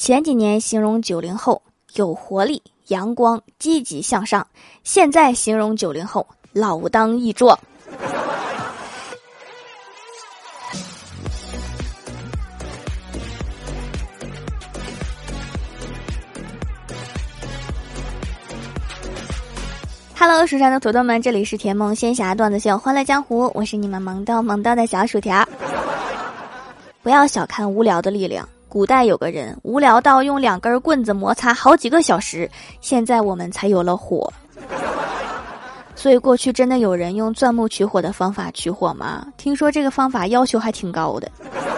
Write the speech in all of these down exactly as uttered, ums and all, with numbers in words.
前几年形容九零后有活力、阳光、积极向上，现在形容九零后老当益壮。Hello， 蜀山的土豆们，这里是甜梦仙侠段子秀欢乐江湖，我是你们萌逗萌逗的小薯条。不要小看无聊的力量，古代有个人无聊到用两根棍子摩擦好几个小时，现在我们才有了火。所以过去真的有人用钻木取火的方法取火吗？听说这个方法要求还挺高的。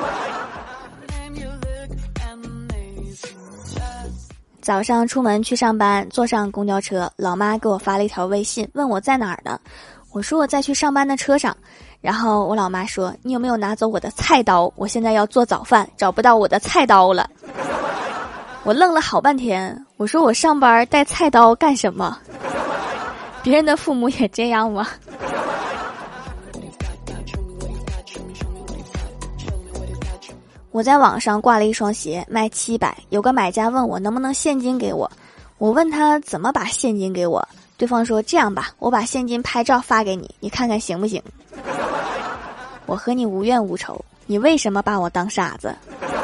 早上出门去上班，坐上公交车，老妈给我发了一条微信，问我在哪儿呢？我说我在去上班的车上。然后我老妈说，你有没有拿走我的菜刀？我现在要做早饭，找不到我的菜刀了。我愣了好半天，我说我上班带菜刀干什么？别人的父母也这样吗？我在网上挂了一双鞋，卖七百，有个买家问我能不能现金给我，我问他怎么把现金给我，对方说这样吧，我把现金拍照发给你，你看看行不行？我和你无怨无仇，你为什么把我当傻子？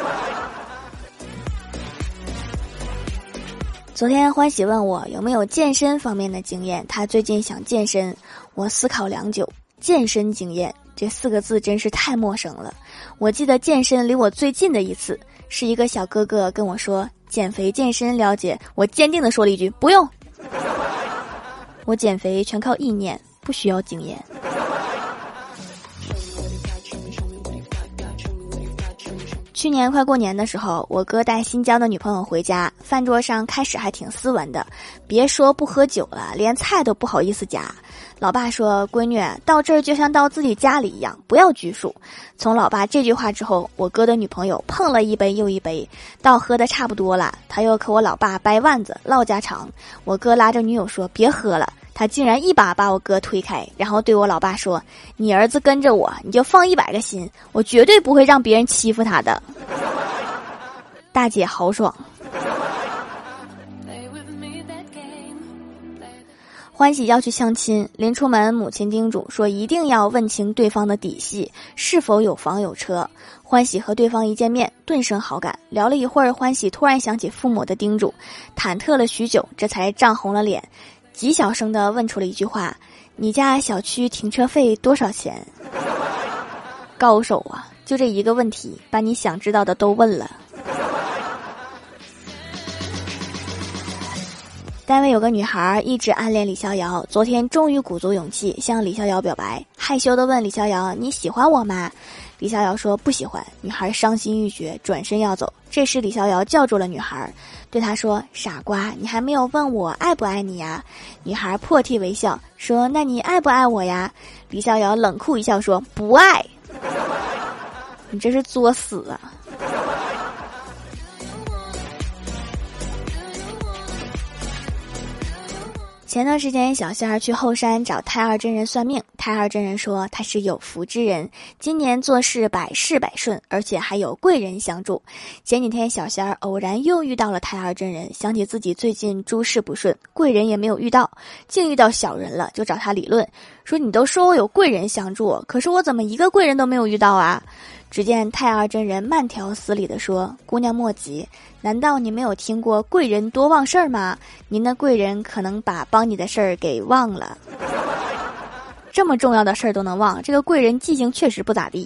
昨天欢喜问我有没有健身方面的经验，他最近想健身，我思考良久，健身经验这四个字真是太陌生了。我记得健身离我最近的一次是一个小哥哥跟我说减肥健身了解，我坚定地说了一句不用。我减肥全靠意念，不需要经验。去年快过年的时候，我哥带新交的女朋友回家，饭桌上开始还挺斯文的，别说不喝酒了，连菜都不好意思夹。老爸说，闺女到这儿就像到自己家里一样，不要拘束。从老爸这句话之后，我哥的女朋友碰了一杯又一杯，到喝的差不多了，他又和我老爸掰腕子唠家常。我哥拉着女友说别喝了，他竟然一把把我哥推开，然后对我老爸说，你儿子跟着我，你就放一百个心，我绝对不会让别人欺负他的。大姐豪爽。欢喜要去相亲，临出门母亲叮嘱说一定要问清对方的底细，是否有房有车。欢喜和对方一见面顿生好感，聊了一会儿，欢喜突然想起父母的叮嘱，忐忑了许久，这才涨红了脸，极小声地问出了一句话，你家小区停车费多少钱？高手啊，就这一个问题把你想知道的都问了。单位有个女孩一直暗恋李逍遥，昨天终于鼓足勇气向李逍遥表白，害羞地问李逍遥，你喜欢我吗？李逍遥说不喜欢。女孩伤心欲绝，转身要走，这时李逍遥叫住了女孩，对她说，傻瓜，你还没有问我爱不爱你呀？女孩破涕为笑说，那你爱不爱我呀？李逍遥冷酷一笑说，不爱。你这是作死啊。前段时间小仙儿去后山找太二真人算命，太二真人说他是有福之人，今年做事百事百顺，而且还有贵人相助。前几天小仙儿偶然又遇到了太二真人，想起自己最近诸事不顺，贵人也没有遇到，竟遇到小人了，就找他理论，说你都说我有贵人相助，可是我怎么一个贵人都没有遇到啊？只见太二真人慢条斯理地说，姑娘莫急，难道你没有听过贵人多忘事儿吗？您的贵人可能把帮你的事儿给忘了。这么重要的事儿都能忘，这个贵人记性确实不咋地。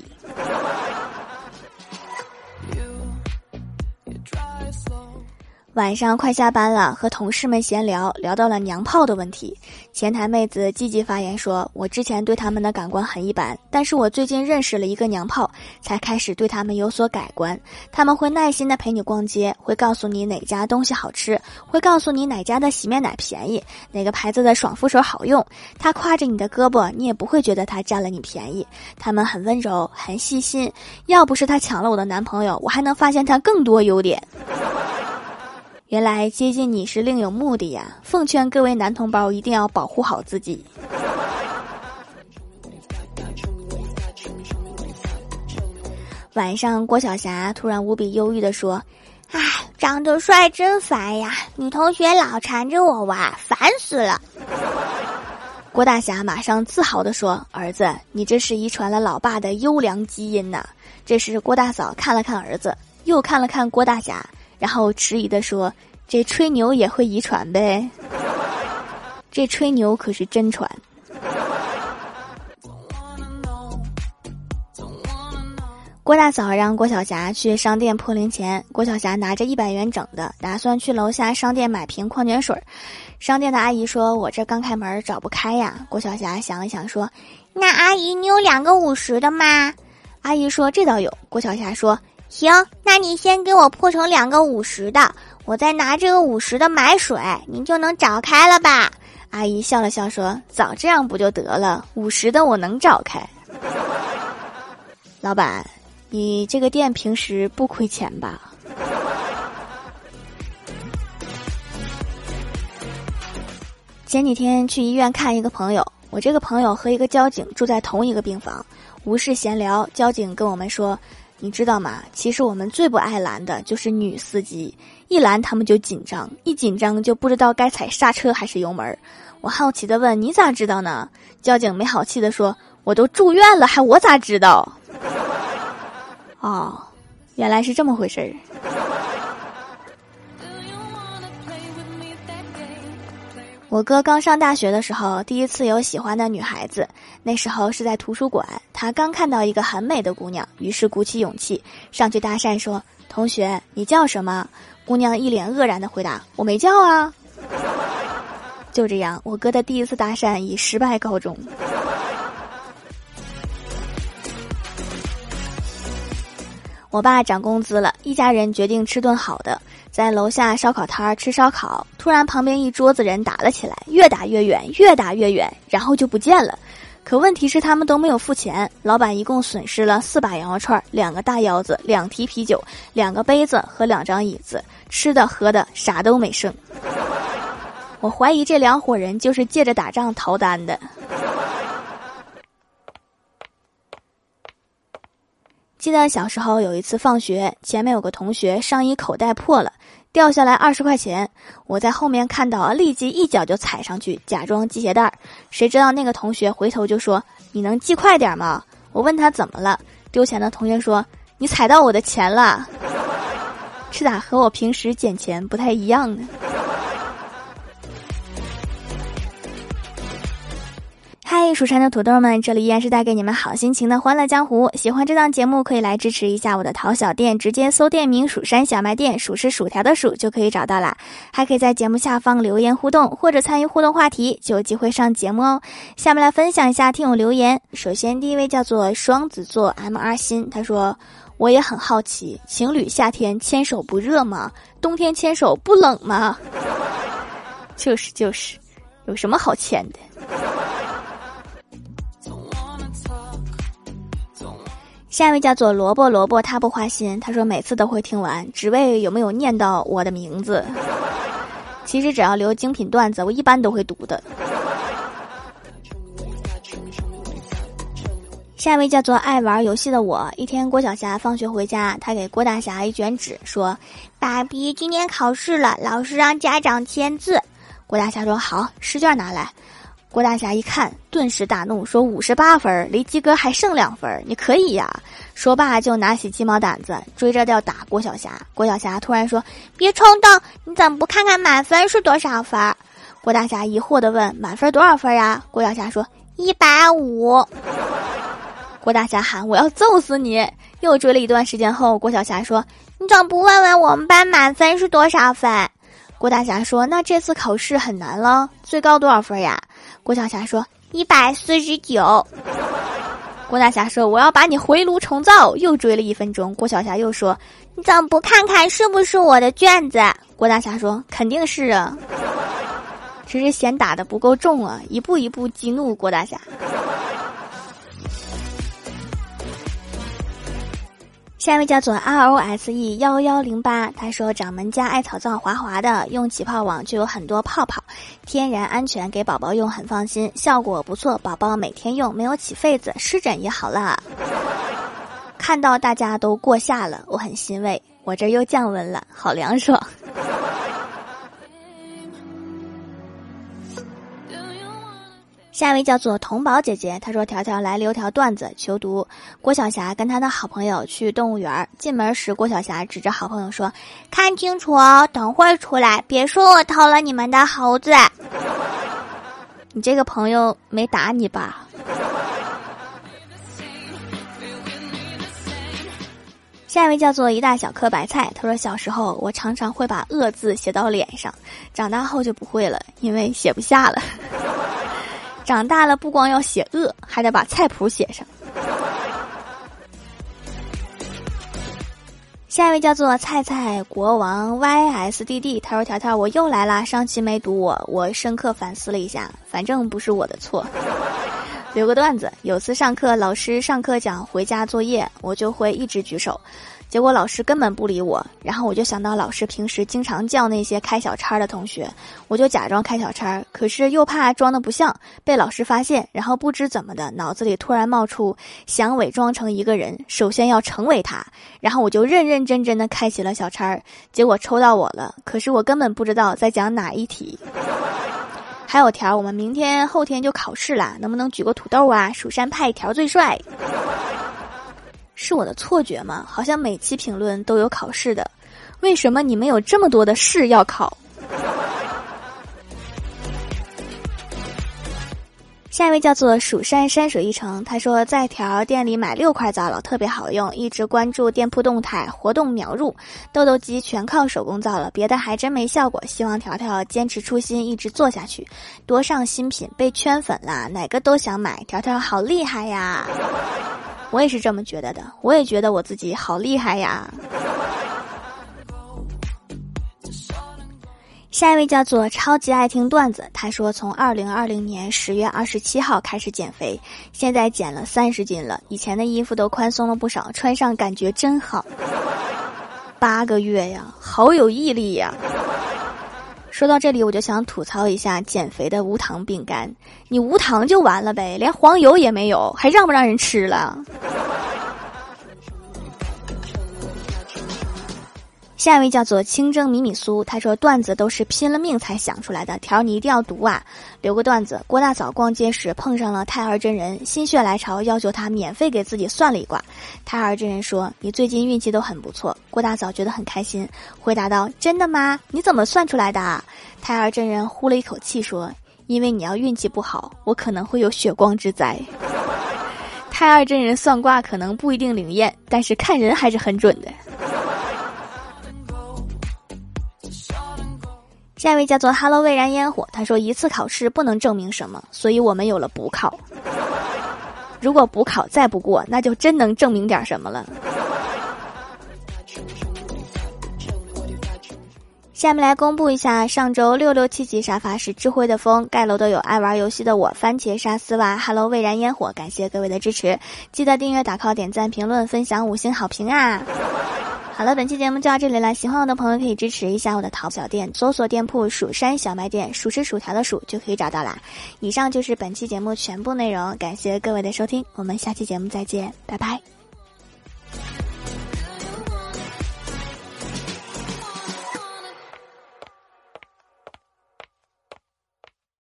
晚上快下班了，和同事们闲聊，聊到了娘炮的问题。前台妹子积极发言说，我之前对他们的感官很一般，但是我最近认识了一个娘炮，才开始对他们有所改观。他们会耐心地陪你逛街，会告诉你哪家东西好吃，会告诉你哪家的洗面奶便宜，哪个牌子的爽肤水好用。他挎着你的胳膊，你也不会觉得他占了你便宜。他们很温柔，很细心，要不是他抢了我的男朋友，我还能发现他更多优点。原来接近你是另有目的呀！奉劝各位男同胞一定要保护好自己。晚上郭晓霞突然无比忧郁地说， 唉，长得帅真烦呀，女同学老缠着我玩，烦死了。 郭大侠马上自豪地说：儿子，你这是遗传了老爸的优良基因呐。这时郭大嫂看了看儿子，又看了看郭大侠，然后迟疑地说：这吹牛也会遗传呗。这吹牛可是真传。郭大嫂让郭晓霞去商店破零钱，郭晓霞拿着一百元整的，打算去楼下商店买瓶矿泉水。商店的阿姨说：我这刚开门找不开呀。郭晓霞想了想说： 那阿姨你有两个五十的吗？ 阿姨说：这倒有。郭晓霞说： 行，那你先给我破成两个五十的，我再拿这个五十的买水，你就能找开了吧。 阿姨笑了笑说：早这样不就得了，五十的我能找开。老板，你这个店平时不亏钱吧？前几天去医院看一个朋友，我这个朋友和一个交警住在同一个病房，无事闲聊，交警跟我们说：你知道吗？其实我们最不爱拦的就是女司机，一拦他们就紧张，一紧张就不知道该踩刹车还是油门。我好奇地问：你咋知道呢？交警没好气地说：我都住院了，还我咋知道？哦，原来是这么回事儿。我哥刚上大学的时候，第一次有喜欢的女孩子，那时候是在图书馆，他刚看到一个很美的姑娘，于是鼓起勇气上去搭讪说：同学，你叫什么？姑娘一脸愕然地回答：我没叫啊。就这样，我哥的第一次搭讪以失败告终。我爸涨工资了，一家人决定吃顿好的，在楼下烧烤摊吃烧烤，突然旁边一桌子人打了起来，越打越远，越打越远，然后就不见了。可问题是他们都没有付钱，老板一共损失了四把羊肉串，两个大腰子，两提啤酒，两个杯子和两张椅子，吃的喝的啥都没剩。我怀疑这两伙人就是借着打仗逃单的。记得小时候有一次放学，前面有个同学上衣口袋破了，掉下来二十块钱，我在后面看到，立即一脚就踩上去，假装系鞋带。谁知道那个同学回头就说：你能系快点吗？我问他怎么了，丢钱的同学说：你踩到我的钱了。这咋和我平时捡钱不太一样呢？嗨，蜀山的土豆们，这里依然是带给你们好心情的欢乐江湖。喜欢这档节目可以来支持一下我的淘小店，直接搜店名蜀山小卖店，数是薯条的数就可以找到啦。还可以在节目下方留言互动，或者参与互动话题，就有机会上节目哦。下面来分享一下听友留言。首先第一位叫做双子座 M R 心，他说：我也很好奇，情侣夏天牵手不热吗？冬天牵手不冷吗？就是就是有什么好牵的？下一位叫做萝卜萝卜他不花心，他说每次都会听完，只为有没有念到我的名字。其实只要留精品段子，我一般都会读的。下一位叫做爱玩游戏的我，一天郭晓霞放学回家，他给郭大侠一卷纸说：爸比，今天考试了，老师让家长签字。郭大侠说：好，试卷拿来。郭大侠一看，顿时大怒，说：五十八分，离及格还剩两分，你可以呀。说罢就拿起鸡毛掸子追着要打郭晓霞。郭晓霞突然说：别冲动，你怎么不看看满分是多少分？郭大侠疑惑地问：满分多少分呀？郭晓霞说：一百五。郭大侠喊：我要揍死你。又追了一段时间后，郭晓霞说：你怎么不问问我们班满分是多少分？郭大侠说：那这次考试很难了，最高多少分呀？郭晓霞说：一百四十九。郭大侠说：我要把你回炉重造。又追了一分钟，郭晓霞又说：你怎么不看看是不是我的卷子？郭大侠说：肯定是啊，只是嫌打得不够重啊，一步一步激怒郭大侠。下一位叫做 R O S E 一一零八，他说掌门家艾草皂滑滑的，用起泡网就有很多泡泡，天然安全，给宝宝用很放心，效果不错，宝宝每天用没有起痱子，湿疹也好了。看到大家都过夏了，我很欣慰， 我这又降温了，好凉爽。下一位叫做童宝姐姐，她说条条来留条段子求读。郭晓霞跟她的好朋友去动物园，进门时郭晓霞指着好朋友说， 看清楚哦，等会儿出来，别说我偷了你们的猴子。 你这个朋友没打你吧？下一位叫做一大小颗白菜，他说小时候我常常会把恶字写到脸上，长大后就不会了，因为写不下了。长大了不光要写恶，还得把菜谱写上。下一位叫做菜菜国王 Y S D D， 他说条条我又来啦，上期没读我，我深刻反思了一下，反正不是我的错。留个段子，有次上课老师上课讲回家作业，我就会一直举手，结果老师根本不理我，然后我就想到老师平时经常叫那些开小差的同学，我就假装开小差，可是又怕装得不像被老师发现，然后不知怎么的脑子里突然冒出想伪装成一个人，首先要成为他，然后我就认认真真的开启了小差，结果抽到我了，可是我根本不知道在讲哪一题。还有条，我们明天后天就考试啦，能不能举个土豆啊？蜀山派条最帅。是我的错觉吗？好像每期评论都有考试的，为什么你们有这么多的试要考？下一位叫做蜀山山水一程，他说在条店里买六块皂了，特别好用，一直关注店铺动态，活动秒入，痘痘肌全靠手工皂了，别的还真没效果，希望条条坚持初心，一直做下去，多上新品，被圈粉啦，哪个都想买，条条好厉害呀！我也是这么觉得的，我也觉得我自己好厉害呀。下一位叫做超级爱听段子，他说从二零二零年十月二十七号开始减肥，现在减了三十斤了，以前的衣服都宽松了不少，穿上感觉真好。八个月呀，好有毅力呀。说到这里我就想吐槽一下减肥的无糖饼干，你无糖就完了呗，连黄油也没有，还让不让人吃了？下一位叫做清蒸米米酥，他说段子都是拼了命才想出来的，条你一定要读啊。留个段子，郭大嫂逛街时碰上了太二真人，心血来潮要求他免费给自己算了一卦。太二真人说你最近运气都很不错，郭大嫂觉得很开心，回答道真的吗？你怎么算出来的？太二真人呼了一口气说因为你要运气不好，我可能会有血光之灾。太二真人算卦可能不一定灵验，但是看人还是很准的。下一位叫做 Hello 蔚然烟火，他说一次考试不能证明什么，所以我们有了补考，如果补考再不过，那就真能证明点什么了。下面来公布一下上周六六七级沙发是智慧的风，盖楼都有爱玩游戏的我，番茄沙丝袜 Hello 蔚然烟火，感谢各位的支持，记得订阅打 call 点赞评论分享五星好评啊。好了，本期节目就到这里了，喜欢我的朋友可以支持一下我的淘宝小店，搜索店铺蜀山小卖店，数是薯条的数就可以找到啦。以上就是本期节目全部内容，感谢各位的收听，我们下期节目再见，拜拜。